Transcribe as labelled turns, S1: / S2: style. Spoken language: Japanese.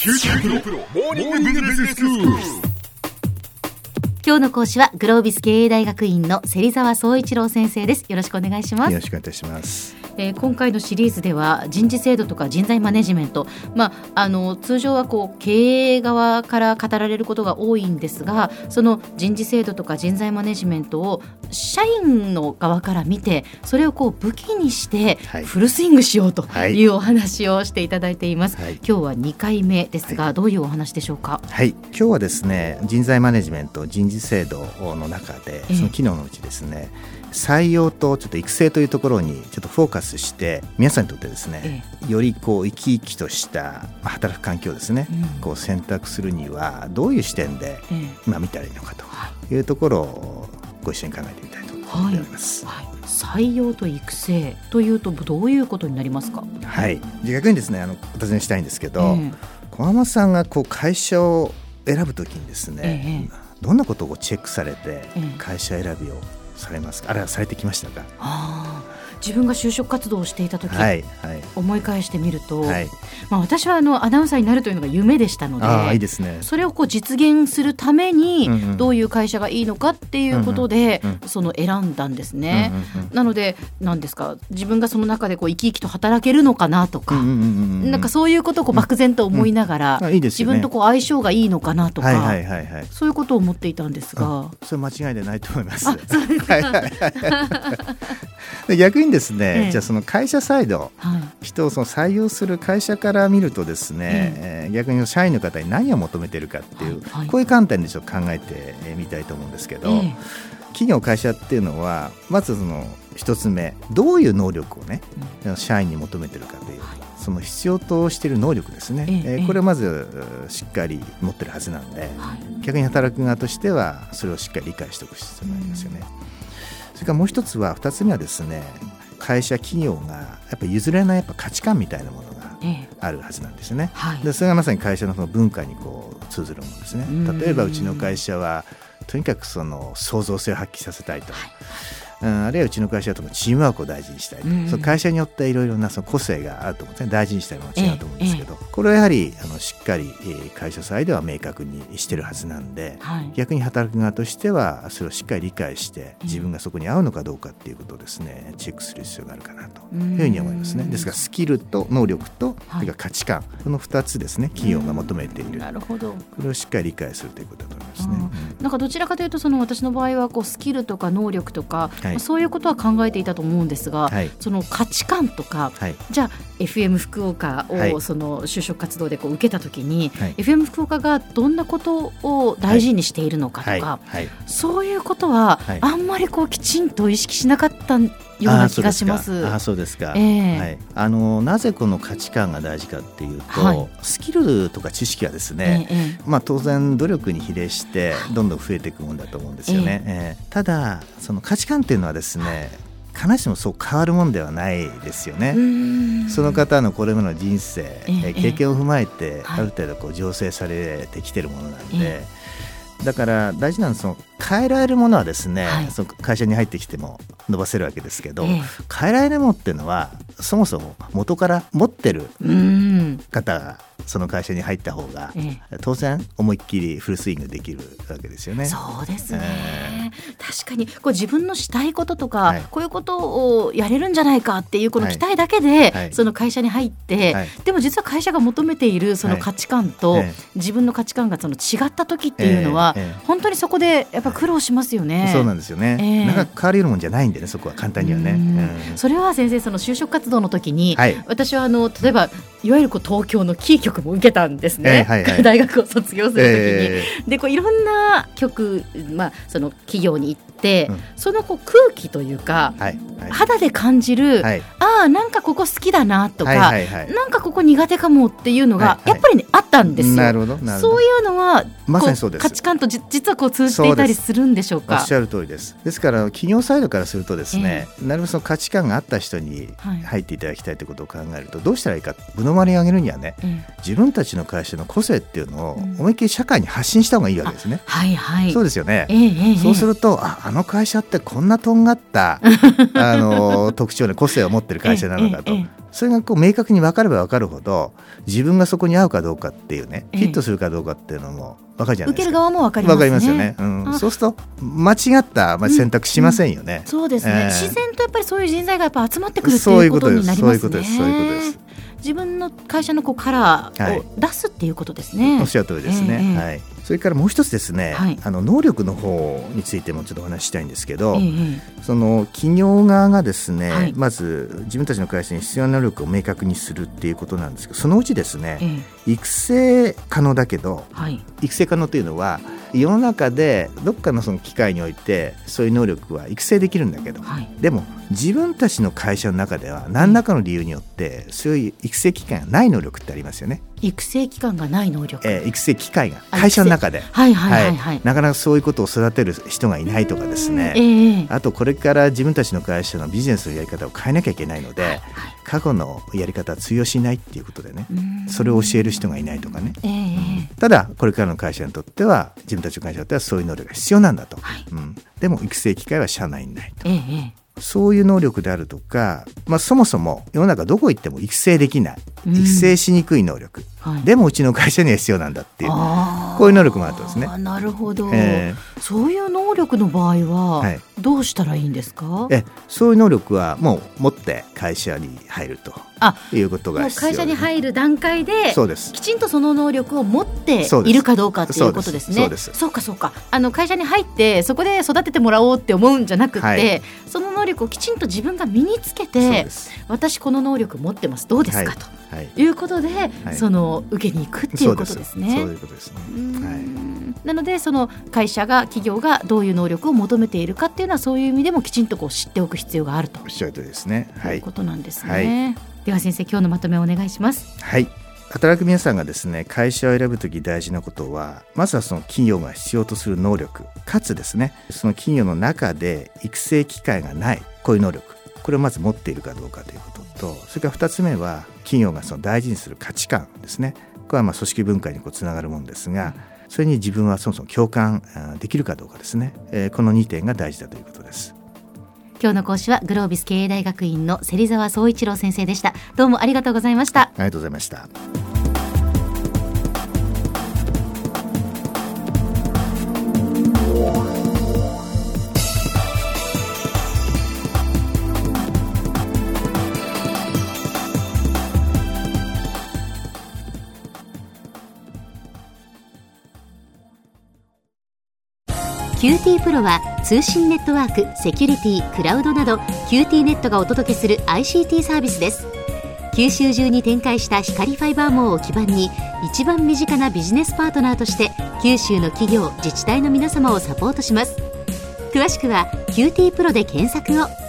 S1: プロモーニングビジネススクール。
S2: 今日の講師はグロービス経営大学院の芹沢総一郎先生です。よろしくお願いします。
S3: よろしくお願いいたします。
S2: 今回のシリーズでは人事制度とか人材マネジメント、通常は経営側から語られることが多いんですが、その人事制度とか人材マネジメントを社員の側から見て、それを武器にしてフルスイングしようというお話をしていただいています、今日は2回目ですが、どういうお話でしょうか。
S3: 今日はですね、人材マネジメント人事制度の中でその機能のうちですね、採用とちょっと育成というところにちょっとフォーカスして皆さんにとってですね、より生き生きとした働く環境をですね、選択するにはどういう視点で見たらいいのかというところをご一緒に考えてみたいと思っております。
S2: 採用と育成というとどういうことになりますか。
S3: 逆にですね、お尋ねしたいんですけど、小浜さんが会社を選ぶときにですね、どんなことをチェックされて会社選びをされますか。あれはされてきましたか。
S2: 自分が就職活動をしていた時、思い返してみると、私はアナウンサーになるというのが夢でしたので、
S3: いいですね、
S2: それを実現するためにどういう会社がいいのかっていうことで、選んだんですね、なので何ですか、自分がその中で生き生きと働けるのかなとか、なんかそういうことを漠然と思いながら、自分と相性がいいのかなとか、そういうことを思っていたんですが、
S3: それ間違いでないと思います。
S2: そうですか。
S3: で逆にですね、じゃあその会社サイド、人を採用する会社から見るとですね、逆に社員の方に何を求めているかっていう、こういう観点でちょっと考えてみたいと思うんですけど、企業会社っていうのはまず一つ目、どういう能力をね、社員に求めているかという、その必要としている能力ですね、これをまずしっかり持ってるはずなんで、逆に働く側としてはそれをしっかり理解しておく必要がありますよね。それからもう一つは、二つ目はですね、会社企業がやっぱ譲れない価値観みたいなものがあるはずなんですね、でそれがまさに会社の文化に通ずるものですね。例えばうちの会社はとにかく創造性を発揮させたいと、あるいはうちの会社はチームワークを大事にしたいと、その会社によっていろいろな個性があると思うんですね。大事にしたいものは違うと思うんですけど、これはやはりしっかり会社サイドは明確にしてるはずなんで、逆に働く側としてはそれをしっかり理解して自分がそこに合うのかどうかっていうことをですね、チェックする必要があるかなというふうに思いますね。ですからスキルと能力とそれから価値観、この2つですね、企業が求めている、これをしっかり理解するということだと思いますね。
S2: なんかどちらかというと私の場合はスキルとか能力とか、そういうことは考えていたと思うんですが、その価値観とか、じゃあ FM 福岡をその就職活動で受けたときに、FM 福岡がどんなことを大事にしているのかとか、そういうことはあんまりきちんと意識しなかったような気がします。
S3: そうですか。なぜこの価値観が大事かっていうと、スキルとか知識はですね、当然努力に比例してどんどん増えていくものだと思うんですよね、ただその価値観っていうのはですね、必ずしもそう変わるものではないですよね。その方のこれまでの人生、経験を踏まえてある程度醸成されてきているものなんで、だから大事なのは変えられるものはですね、その会社に入ってきても伸ばせるわけですけど、変えられるものっていうのはそもそも元から持ってる方がその会社に入った方が、当然思いっきりフルスイングできるわけですよね。
S2: そうですね、確かに自分のしたいこととか、こういうことをやれるんじゃないかっていうこの期待だけで、その会社に入って、でも実は会社が求めているその価値観と、自分の価値観が違った時っていうのは、本当にそこでやっぱ苦労しますよね。
S3: そうなんですよね、なかなか変わり得るもんじゃないんでね、そこは簡単にはね、
S2: それは先生、その就職活動の時に、私は例えばいわゆる東京のキー局も受けたんですね、大学を卒業する時に、でいろんな局、その企業に行って、その空気というか、肌で感じる、なんかここ好きだなとか、なんかここ苦手かもっていうのがやっぱりね、あったんですよ。
S3: なるほど。
S2: そういうのは
S3: まさにそうです。
S2: 価値観と実は通じていたりするんでしょうか。
S3: おっしゃる通りです。ですから企業サイドからするとですね、なるべくその価値観があった人に入っていただきたいということを考えると、どうしたらいいか、部の回りを上げるにはね、自分たちの会社の個性っていうのを思いっきり社会に発信した方がいいわけですね。そうですよね、そうするとあの会社ってこんなとんがった特徴で個性を持ってる会社なのかと、 それがこう明確に分かれば分かるほど自分がそこに合うかどうかっていうね、フィットするかどうかっていうのも分かるじゃないですか。
S2: 受ける側も分かりますね。
S3: 分かりますよね、そうすると間違った選択しませんよね、
S2: そうですね、自然とやっぱりそういう人材がやっぱ集まってくるっていうことになりますね。
S3: そういうことです。
S2: 自分の会社のこうカラーを出すっていうことですね。
S3: おっしゃる通りですね、はい。それからもう一つですね、はい、能力の方についてもちょっとお話ししたいんですけど、その企業側がですね、はい、まず自分たちの会社に必要な能力を明確にするっていうことなんですけど、そのうちですね、育成可能だけど、はい、育成可能というのは世の中でどっかのその機会においてそういう能力は育成できるんだけど、はい、でも自分たちの会社の中では何らかの理由によってそういう育成機会がない能力ってありますよね。
S2: 育成機関がない能力、
S3: 育成機会が会社の中で、なかなかそういうことを育てる人がいないとかですね、あとこれから自分たちの会社のビジネスのやり方を変えなきゃいけないので、過去のやり方は通用しないっていうことでね、それを教える人がいないとかね、ただこれからの会社にとっては自分たちの会社にとってはそういう能力が必要なんだと、でも育成機会は社内にないと、そういう能力であるとか、そもそも世の中どこ行っても育成できない、育成しにくい能力、でもうちの会社には必要なんだっていう、こういう能力もあるとですね。
S2: なるほど、そういう能力の場合はどうしたらいいんですか？
S3: そういう能力はもう持って会社に入るということが必要です。
S2: もう会社に入る段階できちんとその能力を持っているかどうかっていうことですね。そうか会社に入ってそこで育ててもらおうって思うんじゃなくて、その能力をきちんと自分が身につけて、私この能力持ってます、どうですか、ということで、その受けに行くっていうことですね。
S3: そういうことですね。
S2: なのでその会社が企業がどういう能力を求めているかっていうのはそういう意味でもきちんとこう知っておく必要があると
S3: おっしゃるとりですね。
S2: ということなんですね。では先生、今日のまとめをお願いします。
S3: はい、働く皆さんがですね、会社を選ぶとき大事なことは、まずはその企業が必要とする能力かつですね、その企業の中で育成機会がないこういう能力、これをまず持っているかどうかということと、それから2つ目は企業がその大事にする価値観ですね。これは組織文化につながるものですが、それに自分はそもそも共感できるかどうかですね、この2点が大事だということです。
S2: 今日の講師はグロービス経営大学院の芹沢総一郎先生でした。どうもありがとうございました。
S3: ありがとうございました。
S2: QT プロは通信ネットワーク、セキュリティ、クラウドなど QT ネットがお届けする ICT サービスです。九州中に展開した光ファイバー網を基盤に一番身近なビジネスパートナーとして九州の企業、自治体の皆様をサポートします。詳しくは QT プロで検索を。